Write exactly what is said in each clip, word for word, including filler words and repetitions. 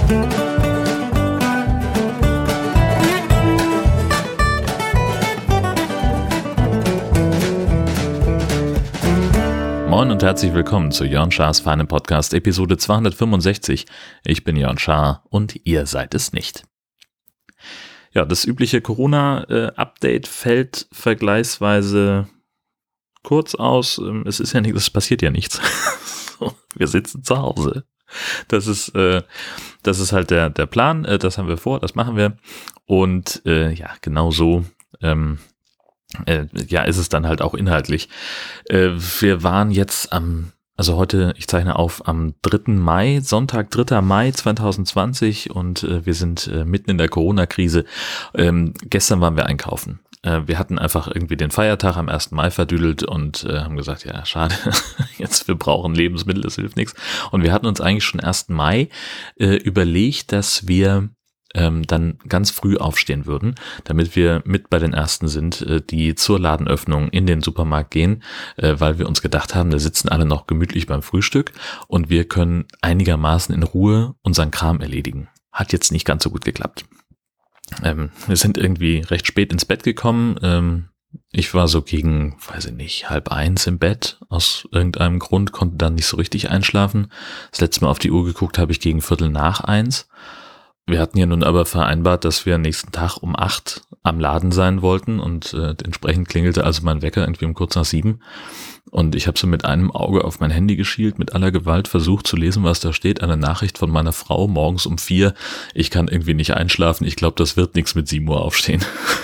Moin und herzlich willkommen zu Jörn Schars feinem Podcast Episode zweihundertfünfundsechzig. Ich bin Jörn Schaar und ihr seid es nicht. Ja, das übliche Corona-Update fällt vergleichsweise kurz aus. Es ist ja nichts, es passiert ja nichts. Wir sitzen zu Hause. Das ist, äh, das ist halt der, der Plan. Das haben wir vor, das machen wir. Und äh, ja, genau so ähm, Äh, ja, ist es dann halt auch inhaltlich. Äh, wir waren jetzt am, also heute, ich zeichne auf, am dritten Mai, Sonntag, dritter Mai zweitausendzwanzig und äh, wir sind äh, mitten in der Corona-Krise. Ähm, gestern waren wir einkaufen. Äh, wir hatten einfach irgendwie den Feiertag am ersten Mai verdüdelt und äh, haben gesagt, ja, schade, jetzt wir brauchen Lebensmittel, das hilft nichts. Und wir hatten uns eigentlich schon ersten Mai äh, überlegt, dass wir Ähm, dann ganz früh aufstehen würden, damit wir mit bei den Ersten sind, äh, die zur Ladenöffnung in den Supermarkt gehen, äh, weil wir uns gedacht haben, da sitzen alle noch gemütlich beim Frühstück und wir können einigermaßen in Ruhe unseren Kram erledigen. Hat jetzt nicht ganz so gut geklappt. Ähm, wir sind irgendwie recht spät ins Bett gekommen. Ähm, ich war so gegen, weiß ich nicht, halb eins im Bett. Aus irgendeinem Grund konnte dann nicht so richtig einschlafen. Das letzte Mal auf die Uhr geguckt habe ich gegen Viertel nach eins. Wir hatten ja nun aber vereinbart, dass wir am nächsten Tag um acht am Laden sein wollten und äh, entsprechend klingelte also mein Wecker irgendwie um kurz nach sieben und ich habe so mit einem Auge auf mein Handy geschielt, mit aller Gewalt versucht zu lesen, was da steht, eine Nachricht von meiner Frau morgens um vier, ich kann irgendwie nicht einschlafen, ich glaube, das wird nichts mit sieben Uhr aufstehen.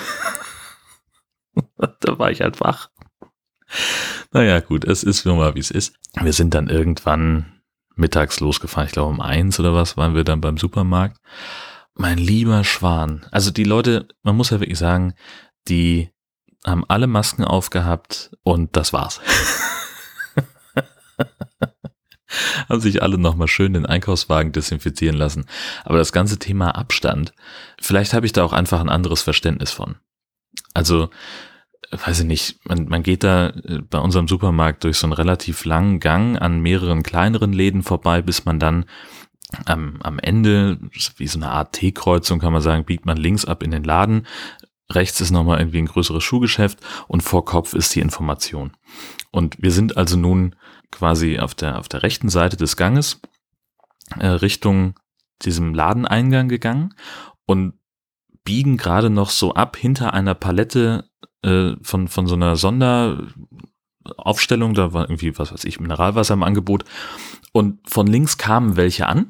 Da war ich halt wach. Naja gut, es ist nur mal wie es ist. Wir sind dann irgendwann mittags losgefahren, ich glaube um eins oder was, waren wir dann beim Supermarkt. Mein lieber Schwan. Also die Leute, man muss ja wirklich sagen, die haben alle Masken aufgehabt und das war's. Haben sich alle nochmal schön den Einkaufswagen desinfizieren lassen. Aber das ganze Thema Abstand, vielleicht habe ich da auch einfach ein anderes Verständnis von. Also weiß ich nicht, man, man geht da bei unserem Supermarkt durch so einen relativ langen Gang an mehreren kleineren Läden vorbei, bis man dann am, am Ende, wie so eine Art T-Kreuzung kann man sagen, biegt man links ab in den Laden. Rechts ist nochmal irgendwie ein größeres Schuhgeschäft und vor Kopf ist die Information. Und wir sind also nun quasi auf der, auf der rechten Seite des Ganges äh, Richtung diesem Ladeneingang gegangen und biegen gerade noch so ab hinter einer Palette von von so einer Sonderaufstellung, da war irgendwie, was weiß ich, Mineralwasser im Angebot und von links kamen welche an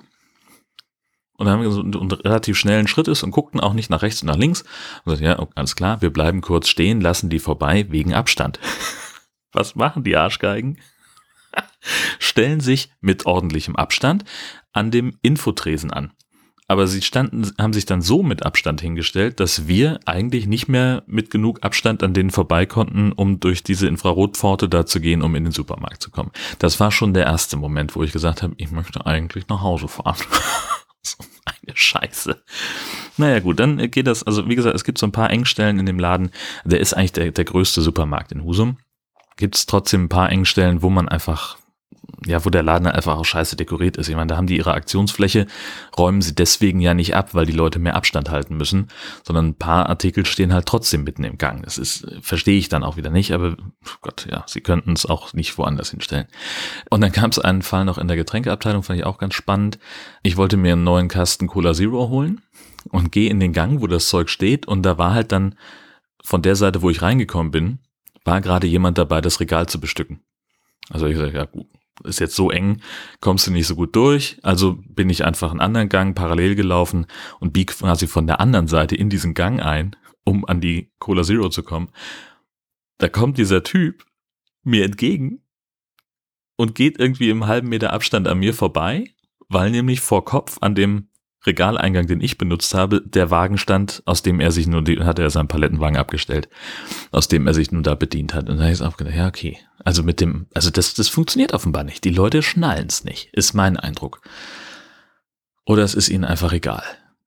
und dann haben wir so einen relativ schnellen Schritt ist und guckten auch nicht nach rechts und nach links und gesagt, ja, alles klar, wir bleiben kurz stehen, lassen die vorbei wegen Abstand. Was machen die Arschgeigen? Stellen sich mit ordentlichem Abstand an dem Infotresen an. Aber sie standen, haben sich dann so mit Abstand hingestellt, dass wir eigentlich nicht mehr mit genug Abstand an denen vorbei konnten, um durch diese Infrarotpforte da zu gehen, um in den Supermarkt zu kommen. Das war schon der erste Moment, wo ich gesagt habe, ich möchte eigentlich nach Hause fahren. So eine Scheiße. Naja gut, dann geht das, also wie gesagt, es gibt so ein paar Engstellen in dem Laden. Der ist eigentlich der, der größte Supermarkt in Husum. Gibt es trotzdem ein paar Engstellen, wo man einfach ja, wo der Laden einfach auch scheiße dekoriert ist. Ich meine, da haben die ihre Aktionsfläche, räumen sie deswegen ja nicht ab, weil die Leute mehr Abstand halten müssen, sondern ein paar Artikel stehen halt trotzdem mitten im Gang. Das ist, verstehe ich dann auch wieder nicht, aber Gott, ja, sie könnten es auch nicht woanders hinstellen. Und dann gab es einen Fall noch in der Getränkeabteilung, fand ich auch ganz spannend. Ich wollte mir einen neuen Kasten Cola Zero holen und gehe in den Gang, wo das Zeug steht und da war halt dann von der Seite, wo ich reingekommen bin, war gerade jemand dabei, das Regal zu bestücken. Also ich sage, ja gut, ist jetzt so eng, kommst du nicht so gut durch, also bin ich einfach einen anderen Gang parallel gelaufen und bieg quasi von der anderen Seite in diesen Gang ein, um an die Cola Zero zu kommen. Da kommt dieser Typ mir entgegen und geht irgendwie im halben Meter Abstand an mir vorbei, weil nämlich vor Kopf an dem Regaleingang, den ich benutzt habe, der Wagen stand, aus dem er sich nur, hatte er seinen Palettenwagen abgestellt, aus dem er sich nun da bedient hat. Und da habe ich auch gedacht, ja, okay. Also mit dem, also das, das funktioniert offenbar nicht. Die Leute schnallen es nicht, ist mein Eindruck. Oder es ist ihnen einfach egal.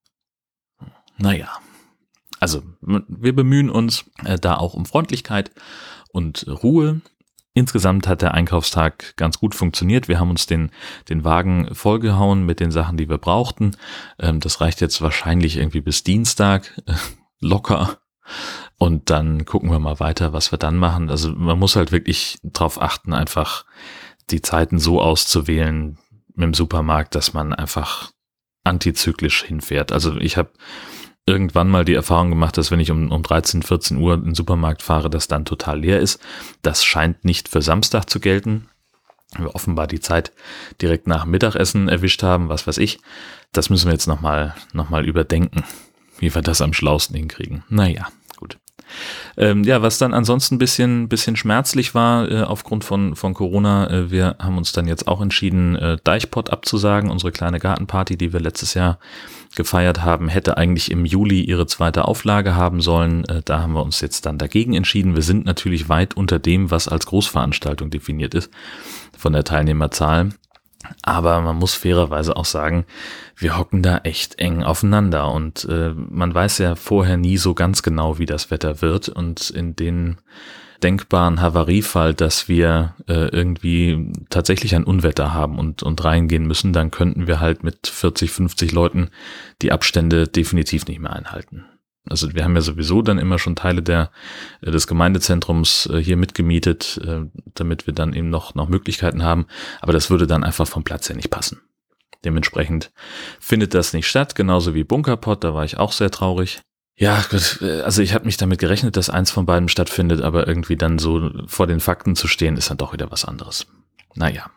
Naja. Also, wir bemühen uns äh, da auch um Freundlichkeit und Ruhe. insgesamt hat der Einkaufstag ganz gut funktioniert. Wir haben uns den, den Wagen vollgehauen mit den Sachen, die wir brauchten. Ähm, das reicht jetzt wahrscheinlich irgendwie bis Dienstag, äh, locker. Und dann gucken wir mal weiter, was wir dann machen. Also man muss halt wirklich drauf achten, einfach die Zeiten so auszuwählen mit dem Supermarkt, dass man einfach antizyklisch hinfährt. Also ich habe irgendwann mal die Erfahrung gemacht, dass wenn ich um, um dreizehn, vierzehn Uhr in den Supermarkt fahre, das dann total leer ist. Das scheint nicht für Samstag zu gelten. Wir offenbar die Zeit direkt nach dem Mittagessen erwischt haben, was weiß ich. Das müssen wir jetzt nochmal noch mal überdenken, wie wir das am schlausten hinkriegen. Naja, gut. Ähm, ja, was dann ansonsten ein bisschen, bisschen schmerzlich war äh, aufgrund von, von Corona, äh, wir haben uns dann jetzt auch entschieden, äh, Deichpot abzusagen. Unsere kleine Gartenparty, die wir letztes Jahr gefeiert haben, hätte eigentlich im Juli ihre zweite Auflage haben sollen. Äh, da haben wir uns jetzt dann dagegen entschieden. Wir sind natürlich weit unter dem, was als Großveranstaltung definiert ist, von der Teilnehmerzahl. Aber man muss fairerweise auch sagen, wir hocken da echt eng aufeinander und äh, man weiß ja vorher nie so ganz genau, wie das Wetter wird, und in den denkbaren Havariefall, dass wir äh, irgendwie tatsächlich ein Unwetter haben und, und reingehen müssen, dann könnten wir halt mit vierzig, fünfzig Leuten die Abstände definitiv nicht mehr einhalten. Also wir haben ja sowieso dann immer schon Teile der des Gemeindezentrums hier mitgemietet, damit wir dann eben noch noch Möglichkeiten haben. Aber das würde dann einfach vom Platz her nicht passen. Dementsprechend findet das nicht statt, genauso wie Bunkerpot. Da war ich auch sehr traurig. Ja, gut, also ich habe mich damit gerechnet, dass eins von beiden stattfindet, aber irgendwie dann so vor den Fakten zu stehen, ist dann doch wieder was anderes. Naja.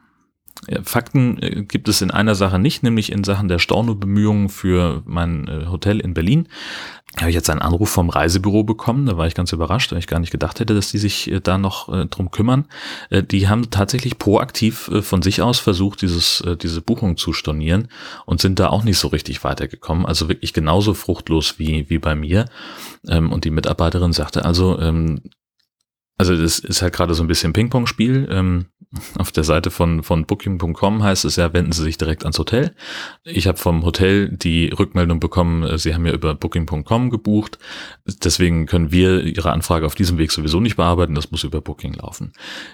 Fakten gibt es in einer Sache nicht, nämlich in Sachen der Stornobemühungen für mein Hotel in Berlin. Da habe ich jetzt einen Anruf vom Reisebüro bekommen, da war ich ganz überrascht, weil ich gar nicht gedacht hätte, dass die sich da noch drum kümmern. Die haben tatsächlich proaktiv von sich aus versucht, dieses, diese Buchung zu stornieren und sind da auch nicht so richtig weitergekommen. Also wirklich genauso fruchtlos wie, wie bei mir. Und die Mitarbeiterin sagte also, also das ist halt gerade so ein bisschen Ping-Pong-Spiel. Ähm, auf der Seite von von Booking Punkt com heißt es ja, wenden Sie sich direkt ans Hotel. Ich habe vom Hotel die Rückmeldung bekommen, Sie haben ja über Booking Punkt com gebucht. Deswegen können wir Ihre Anfrage auf diesem Weg sowieso nicht bearbeiten. Das muss über Booking laufen.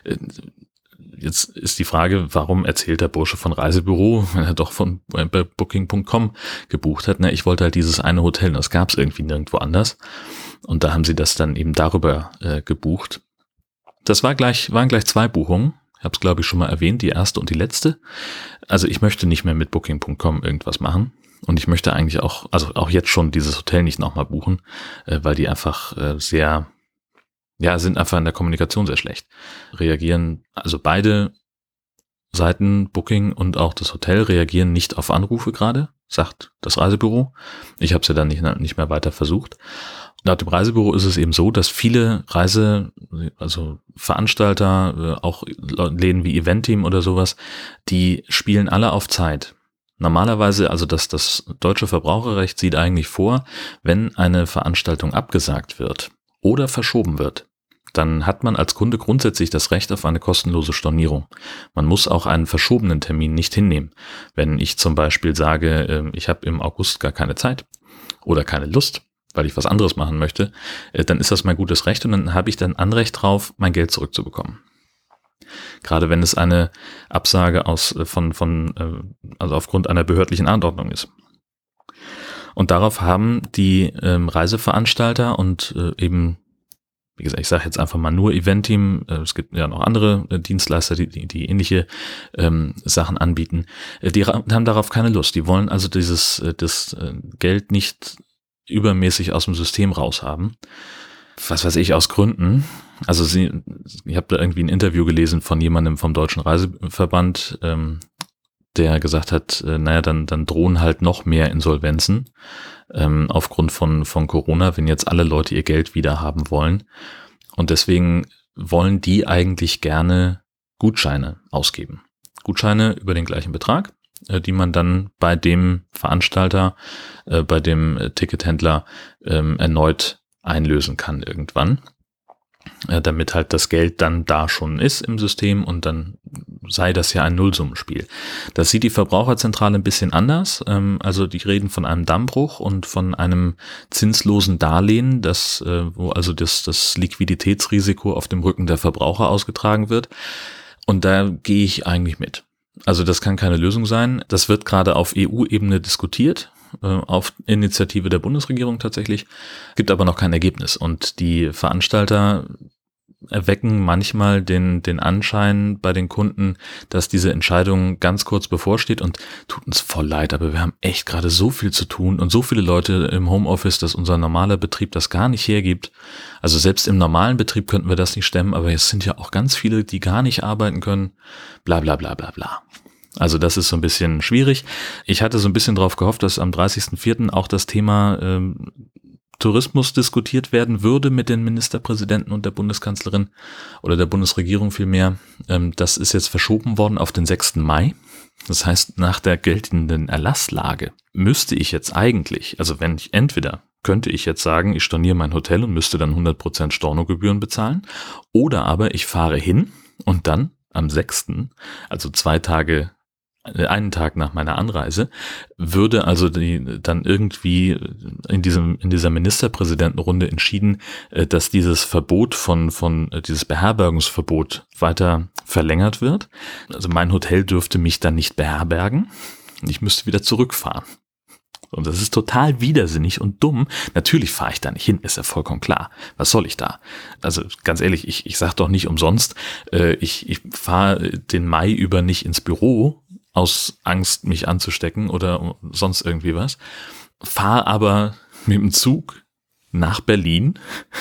Jetzt ist die Frage, warum erzählt der Bursche von Reisebüro, wenn er doch von Booking Punkt com gebucht hat? Na, ich wollte halt dieses eine Hotel, das gab es irgendwie nirgendwo anders. Und da haben sie das dann eben darüber äh, gebucht. Das war gleich, waren gleich zwei Buchungen. Ich habe es, glaube ich, schon mal erwähnt, die erste und die letzte. Also ich möchte nicht mehr mit Booking Punkt com irgendwas machen. Und ich möchte eigentlich auch, also auch jetzt schon dieses Hotel nicht nochmal buchen, äh, weil die einfach äh, sehr, ja, sind einfach in der Kommunikation sehr schlecht. Reagieren, also beide Seiten, Booking und auch das Hotel, reagieren nicht auf Anrufe gerade, sagt das Reisebüro. Ich habe es ja dann nicht, nicht mehr weiter versucht. Laut dem Reisebüro ist es eben so, dass viele Reise, also Veranstalter, auch Läden wie Eventim oder sowas, die spielen alle auf Zeit. Normalerweise, also das, das deutsche Verbraucherrecht sieht eigentlich vor, wenn eine Veranstaltung abgesagt wird oder verschoben wird, dann hat man als Kunde grundsätzlich das Recht auf eine kostenlose Stornierung. Man muss auch einen verschobenen Termin nicht hinnehmen. Wenn ich zum Beispiel sage, ich habe im August gar keine Zeit oder keine Lust, weil ich was anderes machen möchte, dann ist das mein gutes Recht und dann habe ich dann Anrecht drauf, mein Geld zurückzubekommen. Gerade wenn es eine Absage aus von von also aufgrund einer behördlichen Anordnung ist. Und darauf haben die ähm, Reiseveranstalter und äh, eben, wie gesagt, ich sage jetzt einfach mal nur Eventim, äh, es gibt ja noch andere äh, Dienstleister, die, die, die ähnliche ähm, Sachen anbieten, äh, die haben darauf keine Lust. Die wollen also dieses äh, das äh, Geld nicht übermäßig aus dem System raushaben. Was weiß ich, aus Gründen. Also sie, ich habe da irgendwie ein Interview gelesen von jemandem vom Deutschen Reiseverband, ähm, der gesagt hat, äh, naja, dann, dann drohen halt noch mehr Insolvenzen ähm, aufgrund von, von Corona, wenn jetzt alle Leute ihr Geld wieder haben wollen. Und deswegen wollen die eigentlich gerne Gutscheine ausgeben. Gutscheine über den gleichen Betrag, äh, die man dann bei dem Veranstalter, äh, bei dem äh, Tickethändler ähm, erneut einlösen kann irgendwann. äh, damit halt das Geld dann da schon ist im System und dann sei das ja ein Nullsummenspiel. Das sieht die Verbraucherzentrale ein bisschen anders. Ähm, also die reden von einem Dammbruch und von einem zinslosen Darlehen, das, äh, wo also das, das Liquiditätsrisiko auf dem Rücken der Verbraucher ausgetragen wird. Und da gehe ich eigentlich mit. Also das kann keine Lösung sein. Das wird gerade auf E U-Ebene diskutiert, auf Initiative der Bundesregierung tatsächlich, gibt aber noch kein Ergebnis. Und die Veranstalter erwecken manchmal den, den Anschein bei den Kunden, dass diese Entscheidung ganz kurz bevorsteht und tut uns voll leid, aber wir haben echt gerade so viel zu tun und so viele Leute im Homeoffice, dass unser normaler Betrieb das gar nicht hergibt. Also selbst im normalen Betrieb könnten wir das nicht stemmen, aber es sind ja auch ganz viele, die gar nicht arbeiten können, bla bla bla bla bla. Also das ist so ein bisschen schwierig. Ich hatte so ein bisschen darauf gehofft, dass am dreißigsten vierten auch das Thema ähm, Tourismus diskutiert werden würde mit den Ministerpräsidenten und der Bundeskanzlerin oder der Bundesregierung vielmehr. Ähm, das ist jetzt verschoben worden auf den sechsten Mai. Das heißt, nach der geltenden Erlasslage müsste ich jetzt eigentlich, also wenn ich entweder könnte ich jetzt sagen, ich storniere mein Hotel und müsste dann hundert Prozent Stornogebühren bezahlen, oder aber ich fahre hin und dann am sechsten, also zwei Tage einen Tag nach meiner Anreise, würde also die, dann irgendwie in diesem, in dieser Ministerpräsidentenrunde entschieden, dass dieses Verbot von, von, dieses Beherbergungsverbot weiter verlängert wird. Also mein Hotel dürfte mich dann nicht beherbergen. Ich müsste wieder zurückfahren. Und das ist total widersinnig und dumm. Natürlich fahre ich da nicht hin, ist ja vollkommen klar. Was soll ich da? Also ganz ehrlich, ich, ich sage doch nicht umsonst, äh, ich, ich fahre den Mai über nicht ins Büro, aus Angst, mich anzustecken oder sonst irgendwie was. Fahr aber mit dem Zug nach Berlin,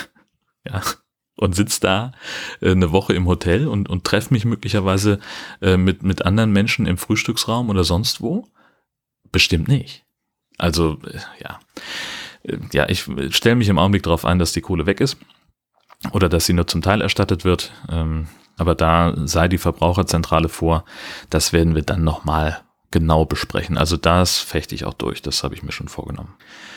ja, und sitz da äh, eine Woche im Hotel und, und treffe mich möglicherweise äh, mit, mit anderen Menschen im Frühstücksraum oder sonst wo. Bestimmt nicht. Also, äh, ja. Äh, ja, ich stelle mich im Augenblick darauf ein, dass die Kohle weg ist oder dass sie nur zum Teil erstattet wird. Ähm, Aber da sei die Verbraucherzentrale vor, das werden wir dann nochmal genau besprechen. Also das fechte ich auch durch, das habe ich mir schon vorgenommen.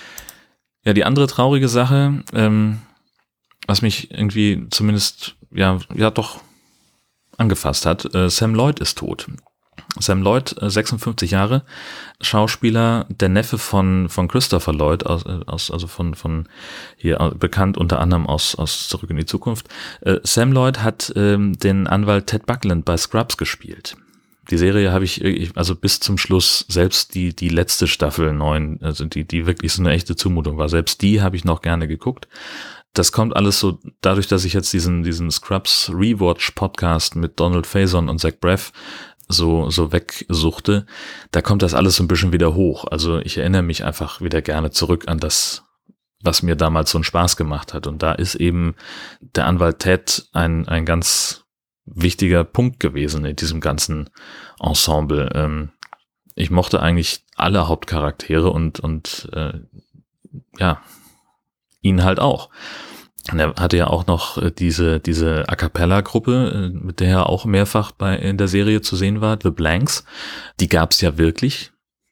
Ja, die andere traurige Sache, ähm, was mich irgendwie zumindest, ja, ja doch angefasst hat, äh, Sam Lloyd ist tot. Sam Lloyd, sechsundfünfzig Jahre, Schauspieler, der Neffe von von Christopher Lloyd, aus, aus also von von hier bekannt unter anderem aus aus Zurück in die Zukunft. Äh, Sam Lloyd hat ähm, den Anwalt Ted Buckland bei Scrubs gespielt. Die Serie habe ich, ich also bis zum Schluss, selbst die die letzte Staffel neun, also die die wirklich so eine echte Zumutung war, selbst die habe ich noch gerne geguckt. Das kommt alles so dadurch, dass ich jetzt diesen diesen Scrubs Rewatch Podcast mit Donald Faison und Zach Braff so so wegsuchte, da kommt das alles so ein bisschen wieder hoch. Also ich erinnere mich einfach wieder gerne zurück an das, was mir damals so einen Spaß gemacht hat. Und da ist eben der Anwalt Ted ein ein ganz wichtiger Punkt gewesen in diesem ganzen Ensemble. Ähm, ich mochte eigentlich alle Hauptcharaktere und und äh, ja, ihn halt auch. Und er hatte ja auch noch diese diese A-Cappella-Gruppe, mit der er auch mehrfach bei in der Serie zu sehen war, The Blanks. Die gab's ja wirklich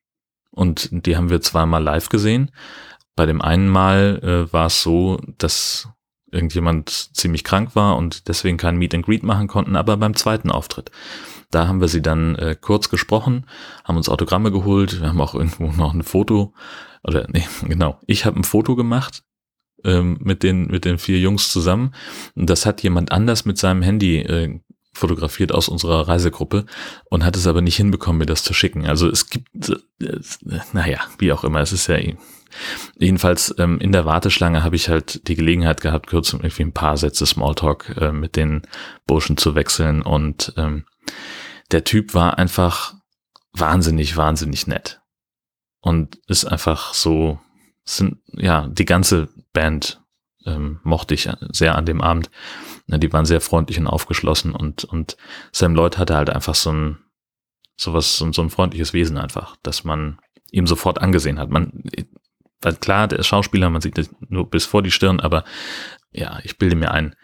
und die haben wir zweimal live gesehen. Bei dem einen Mal äh, war es so, dass irgendjemand ziemlich krank war und deswegen kein Meet and Greet machen konnten, aber beim zweiten Auftritt, da haben wir sie dann äh, kurz gesprochen, haben uns Autogramme geholt, wir haben auch irgendwo noch ein Foto, oder nee, genau, ich habe ein Foto gemacht, mit den mit den vier Jungs zusammen. Und das hat jemand anders mit seinem Handy äh, fotografiert aus unserer Reisegruppe und hat es aber nicht hinbekommen, mir das zu schicken. Also es gibt, äh, naja, wie auch immer, es ist ja jedenfalls ähm, in der Warteschlange habe ich halt die Gelegenheit gehabt, kurz irgendwie ein paar Sätze Smalltalk äh, mit den Burschen zu wechseln und ähm, der Typ war einfach wahnsinnig, wahnsinnig nett und ist einfach so, sind, ja, die ganze Band ähm, mochte ich sehr an dem Abend. Die waren sehr freundlich und aufgeschlossen und und Sam Lloyd hatte halt einfach so ein sowas so, so ein freundliches Wesen einfach, dass man ihm sofort angesehen hat. Man, weil klar, der ist Schauspieler, man sieht das nur bis vor die Stirn, aber ja, ich bilde mir ein,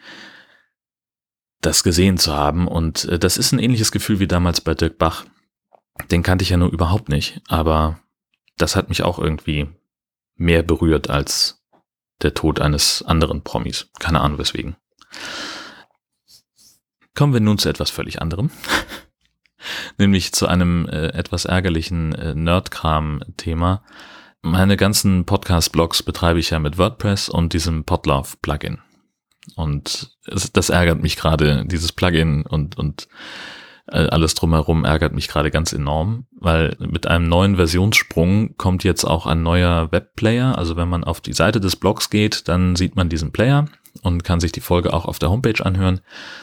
das gesehen zu haben und äh, das ist ein ähnliches Gefühl wie damals bei Dirk Bach. Den kannte ich ja nur überhaupt nicht, aber das hat mich auch irgendwie mehr berührt als der Tod eines anderen Promis. Keine Ahnung weswegen. Kommen wir nun zu etwas völlig anderem. Nämlich zu einem äh, etwas ärgerlichen äh, Nerdkram-Thema. Meine ganzen Podcast-Blogs betreibe ich ja mit WordPress und diesem Podlove-Plugin. Und es, das ärgert mich gerade, dieses Plugin und, und äh, alles drumherum ärgert mich gerade ganz enorm, weil mit einem neuen Versionssprung kommt jetzt auch ein neuer Webplayer. Also wenn man auf die Seite des Blogs geht, dann sieht man diesen Player und kann sich die Folge auch auf der Homepage anhören.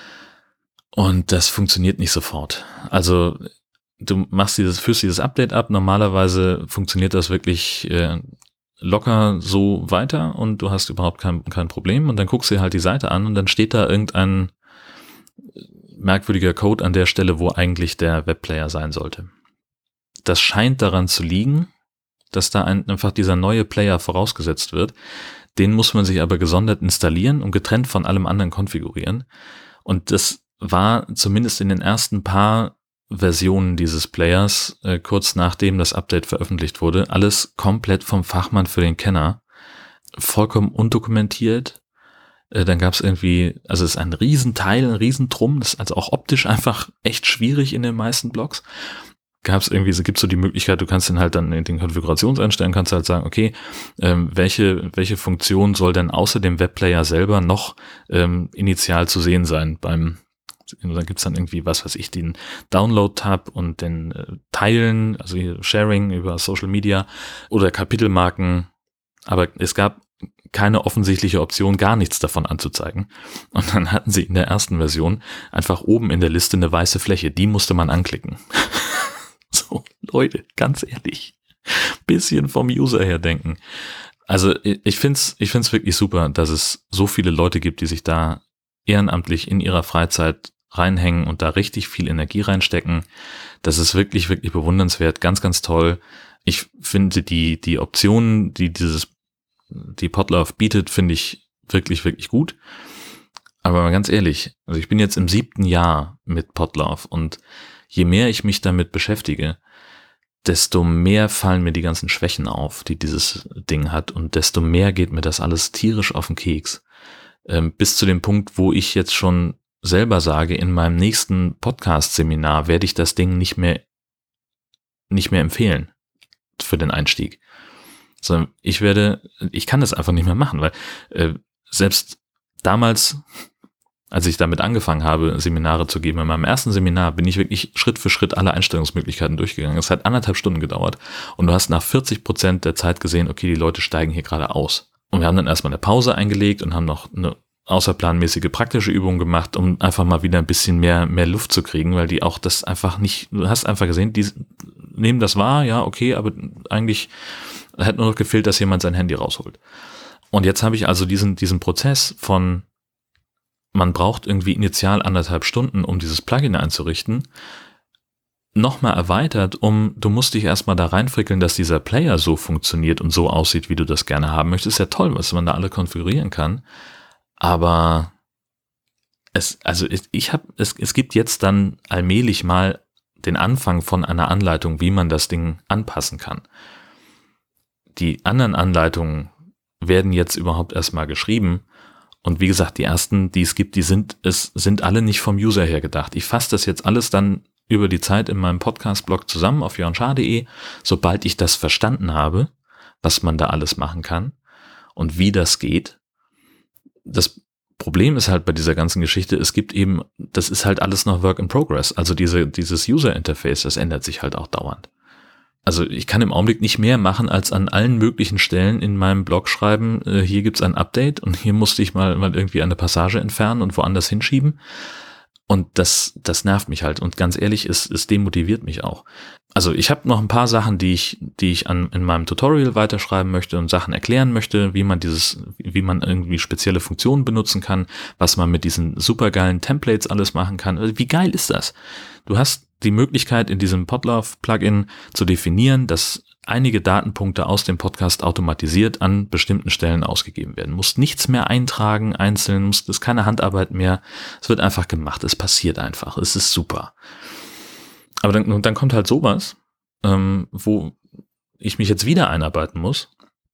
Und das funktioniert nicht sofort. Also du machst dieses, führst dieses Update ab. Normalerweise funktioniert das wirklich äh, locker so weiter und du hast überhaupt kein, kein Problem. Und dann guckst du dir halt die Seite an und dann steht da irgendein merkwürdiger Code an der Stelle, wo eigentlich der Webplayer sein sollte. Das scheint daran zu liegen, dass da ein, einfach dieser neue Player vorausgesetzt wird. Den muss man sich aber gesondert installieren und getrennt von allem anderen konfigurieren. Und das war zumindest in den ersten paar Versionen dieses Players, äh, kurz nachdem das Update veröffentlicht wurde, alles komplett vom Fachmann für den Kenner, vollkommen undokumentiert. Äh, dann gab es irgendwie, also es ist ein Riesenteil, ein Riesentrum, das ist also auch optisch einfach echt schwierig in den meisten Blogs. Gab es irgendwie, so gibt so die Möglichkeit, du kannst dann halt dann in den Konfigurationseinstellungen, kannst halt sagen, okay, ähm, welche welche Funktion soll denn außer dem Webplayer selber noch ähm, initial zu sehen sein beim. Da gibt's dann irgendwie, was weiß ich, den Download-Tab und den äh, Teilen, also Sharing über Social Media oder Kapitelmarken. Aber es gab keine offensichtliche Option, gar nichts davon anzuzeigen. Und dann hatten sie in der ersten Version einfach oben in der Liste eine weiße Fläche. Die musste man anklicken. So, Leute, ganz ehrlich, bisschen vom User her denken. Also ich find's, ich find's wirklich super, dass es so viele Leute gibt, die sich da ehrenamtlich in ihrer Freizeit reinhängen und da richtig viel Energie reinstecken. Das ist wirklich, wirklich bewundernswert. Ganz, ganz toll. Ich finde die, die Optionen, die dieses, die Podlove bietet, finde ich wirklich, wirklich gut. Aber mal ganz ehrlich, also ich bin jetzt im siebten Jahr mit Podlove und je mehr ich mich damit beschäftige, desto mehr fallen mir die ganzen Schwächen auf, die dieses Ding hat und desto mehr geht mir das alles tierisch auf den Keks. Ähm, bis zu dem Punkt, wo ich jetzt schon selber sage, in meinem nächsten Podcast-Seminar werde ich das Ding nicht mehr nicht mehr empfehlen für den Einstieg. Sondern ich werde, ich kann das einfach nicht mehr machen, weil äh, selbst damals, als ich damit angefangen habe, Seminare zu geben, in meinem ersten Seminar bin ich wirklich Schritt für Schritt alle Einstellungsmöglichkeiten durchgegangen. Es hat anderthalb Stunden gedauert und du hast nach vierzig Prozent der Zeit gesehen, okay, die Leute steigen hier gerade aus. Und wir haben dann erstmal eine Pause eingelegt und haben noch eine außerplanmäßige praktische Übung gemacht, um einfach mal wieder ein bisschen mehr mehr Luft zu kriegen, weil die auch das einfach nicht, du hast einfach gesehen, die nehmen das wahr, ja, okay, aber eigentlich hat nur noch gefehlt, dass jemand sein Handy rausholt. Und jetzt habe ich also diesen diesen Prozess von, man braucht irgendwie initial anderthalb Stunden, um dieses Plugin einzurichten, nochmal erweitert, um, du musst dich erstmal da reinfrickeln, dass dieser Player so funktioniert und so aussieht, wie du das gerne haben möchtest. Ist ja toll, was man da alle konfigurieren kann. Aber es, also ich habe, es, es gibt jetzt dann allmählich mal den Anfang von einer Anleitung, wie man das Ding anpassen kann. Die anderen Anleitungen werden jetzt überhaupt erstmal geschrieben. Und wie gesagt, die ersten, die es gibt, die sind, es sind alle nicht vom User her gedacht. Ich fasse das jetzt alles dann über die Zeit in meinem Podcast-Blog zusammen auf jörnschaar punkt de, sobald ich das verstanden habe, was man da alles machen kann und wie das geht. Das Problem ist halt bei dieser ganzen Geschichte, es gibt eben, das ist halt alles noch Work in Progress. Also diese, dieses User-Interface, das ändert sich halt auch dauernd. Also ich kann im Augenblick nicht mehr machen, als an allen möglichen Stellen in meinem Blog schreiben, äh, hier gibt's ein Update und hier musste ich mal, mal irgendwie eine Passage entfernen und woanders hinschieben. Und das, das nervt mich halt. Und ganz ehrlich, es, es demotiviert mich auch. Also ich habe noch ein paar Sachen, die ich, die ich an, in meinem Tutorial weiterschreiben möchte und Sachen erklären möchte, wie man dieses, wie man irgendwie spezielle Funktionen benutzen kann, was man mit diesen supergeilen Templates alles machen kann. Also wie geil ist das? Du hast die Möglichkeit in diesem Podlove-Plugin zu definieren, dass einige Datenpunkte aus dem Podcast automatisiert an bestimmten Stellen ausgegeben werden. Du musst nichts mehr eintragen, einzeln, musst, es ist keine Handarbeit mehr. Es wird einfach gemacht, es passiert einfach, es ist super. Aber dann, dann kommt halt sowas, ähm, wo ich mich jetzt wieder einarbeiten muss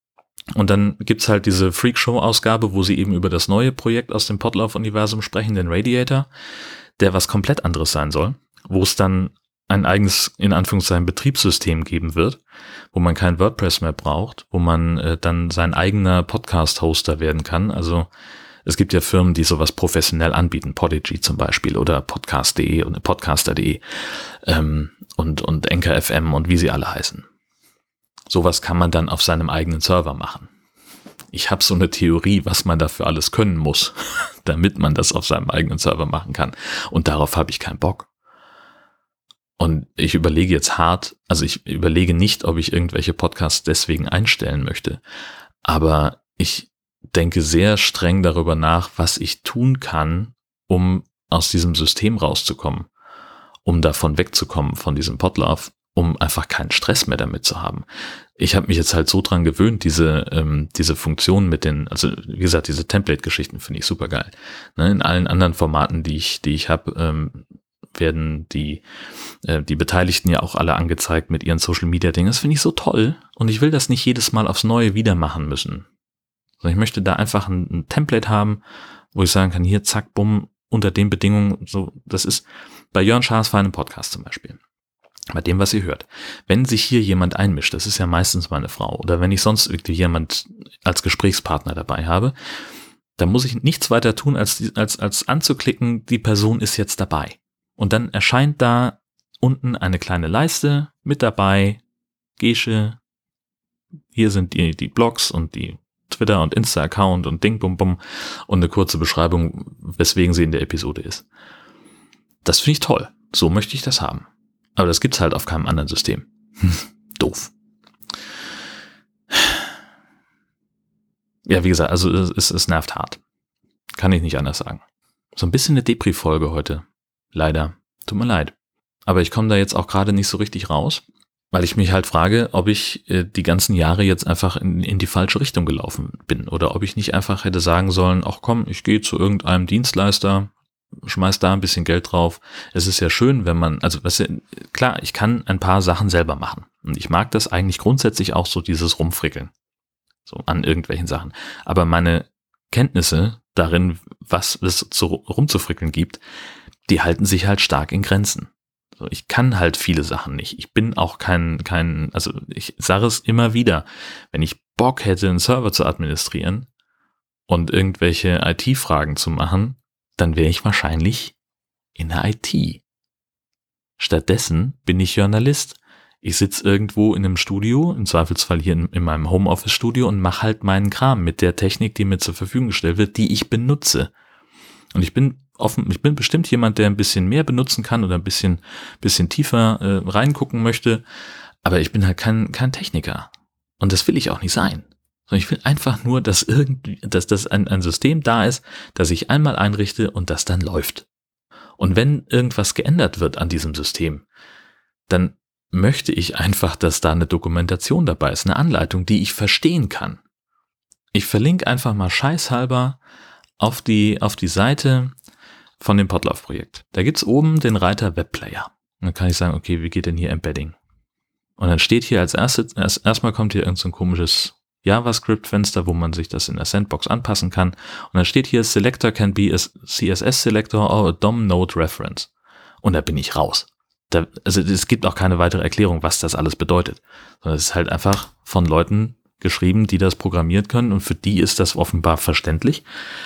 Und dann gibt's halt diese Freakshow-Ausgabe, wo sie eben über das neue Projekt aus dem Podlove-Universum sprechen, den Radiator, der was komplett anderes sein soll, wo es dann ein eigenes, in Anführungszeichen, Betriebssystem geben wird, wo man kein WordPress mehr braucht, wo man äh, dann sein eigener Podcast-Hoster werden kann. Also es gibt ja Firmen, die sowas professionell anbieten, Podigy zum Beispiel oder Podcast punkt de und Podcaster punkt de ähm, und, und Anchor F M und wie sie alle heißen. Sowas kann man dann auf seinem eigenen Server machen. Ich habe so eine Theorie, was man dafür alles können muss, damit man das auf seinem eigenen Server machen kann. Und darauf habe ich keinen Bock. Und ich überlege jetzt hart, also ich überlege nicht, ob ich irgendwelche Podcasts deswegen einstellen möchte. Aber ich denke sehr streng darüber nach, was ich tun kann, um aus diesem System rauszukommen, um davon wegzukommen, von diesem Podlove, um einfach keinen Stress mehr damit zu haben. Ich habe mich jetzt halt so dran gewöhnt, diese ähm, diese Funktion mit den, also wie gesagt, diese Template-Geschichten finde ich super geil. Ne, in allen anderen Formaten, die ich die ich habe, ähm, werden die äh, die Beteiligten ja auch alle angezeigt mit ihren Social-Media-Dingen. Das finde ich so toll und ich will das nicht jedes Mal aufs Neue wieder machen müssen. Also ich möchte da einfach ein, ein Template haben, wo ich sagen kann, hier, zack, bumm, unter den Bedingungen, so, das ist bei Jörn Schaas feinem Podcast zum Beispiel. Bei dem, was ihr hört. Wenn sich hier jemand einmischt, das ist ja meistens meine Frau, oder wenn ich sonst irgendwie jemand als Gesprächspartner dabei habe, dann muss ich nichts weiter tun, als, als, als anzuklicken, die Person ist jetzt dabei. Und dann erscheint da unten eine kleine Leiste mit dabei, Gesche, hier sind die, die Blogs und die Twitter- und Insta-Account und Ding, bum, bum und eine kurze Beschreibung, weswegen sie in der Episode ist. Das finde ich toll. So möchte ich das haben. Aber das gibt's halt auf keinem anderen System. Doof. Ja, wie gesagt, also es, es nervt hart. Kann ich nicht anders sagen. So ein bisschen eine Depri-Folge heute. Leider. Tut mir leid. Aber ich komme da jetzt auch gerade nicht so richtig raus, weil ich mich halt frage, ob ich äh, die ganzen Jahre jetzt einfach in, in die falsche Richtung gelaufen bin oder ob ich nicht einfach hätte sagen sollen, ach komm, ich gehe zu irgendeinem Dienstleister, schmeiß da ein bisschen Geld drauf. Es ist ja schön, wenn man, also weißt du, klar, ich kann ein paar Sachen selber machen. Und ich mag das eigentlich grundsätzlich auch so, dieses Rumfrickeln. So an irgendwelchen Sachen. Aber meine Kenntnisse darin, was es so rumzufrickeln gibt, die halten sich halt stark in Grenzen. So, ich kann halt viele Sachen nicht. Ich bin auch kein, kein, also ich sage es immer wieder, wenn ich Bock hätte, einen Server zu administrieren und irgendwelche I T-Fragen zu machen, dann wäre ich wahrscheinlich in der I T. Stattdessen bin ich Journalist. Ich sitze irgendwo in einem Studio, im Zweifelsfall hier in, in meinem Homeoffice-Studio und mache halt meinen Kram mit der Technik, die mir zur Verfügung gestellt wird, die ich benutze. Und ich bin offen, ich bin bestimmt jemand, der ein bisschen mehr benutzen kann oder ein bisschen, bisschen tiefer äh, reingucken möchte, aber ich bin halt kein, kein Techniker. Und das will ich auch nicht sein. Sondern ich will einfach nur, dass irgendwie, dass das ein, ein System da ist, das ich einmal einrichte und das dann läuft. Und wenn irgendwas geändert wird an diesem System, dann möchte ich einfach, dass da eine Dokumentation dabei ist, eine Anleitung, die ich verstehen kann. Ich verlinke einfach mal scheißhalber auf die, auf die Seite von dem Podlove-Projekt. Da gibt's oben den Reiter Webplayer. Und dann kann ich sagen, okay, wie geht denn hier Embedding? Und dann steht hier als erstes, erst, erstmal kommt hier irgend so ein komisches JavaScript-Fenster, wo man sich das in der Sandbox anpassen kann. Und dann steht hier, Selector can be a C S S-Selector or a D O M-Node Reference. Und da bin ich raus. Da, also es gibt auch keine weitere Erklärung, was das alles bedeutet. Sondern es ist halt einfach von Leuten geschrieben, die das programmiert können und für die ist das offenbar verständlich.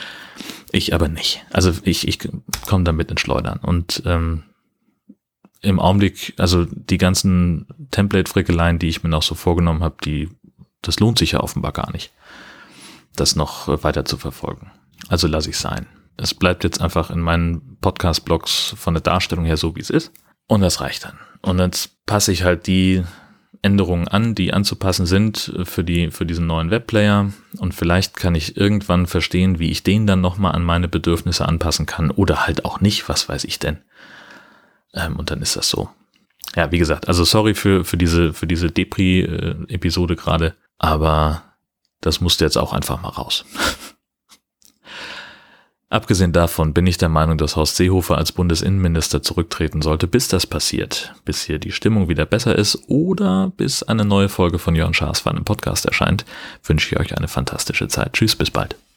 Ich aber nicht. Also ich, ich komme damit ins Schleudern. Und ähm, im Augenblick, also die ganzen Template-Frickeleien, die ich mir noch so vorgenommen habe, die das lohnt sich ja offenbar gar nicht, das noch weiter zu verfolgen. Also lasse ich es sein. Es bleibt jetzt einfach in meinen Podcast-Blogs von der Darstellung her so, wie es ist. Und das reicht dann. Und jetzt passe ich halt die Änderungen an, die anzupassen sind für die für diesen neuen Webplayer. Und vielleicht kann ich irgendwann verstehen, wie ich den dann nochmal an meine Bedürfnisse anpassen kann. Oder halt auch nicht, was weiß ich denn. Ähm, und dann ist das so. Ja, wie gesagt, also sorry für für diese für diese Depri-Episode gerade. Aber das musste jetzt auch einfach mal raus. Abgesehen davon bin ich der Meinung, dass Horst Seehofer als Bundesinnenminister zurücktreten sollte, bis das passiert. Bis hier die Stimmung wieder besser ist oder bis eine neue Folge von Jörn Schaas im Podcast erscheint, wünsche ich euch eine fantastische Zeit. Tschüss, bis bald.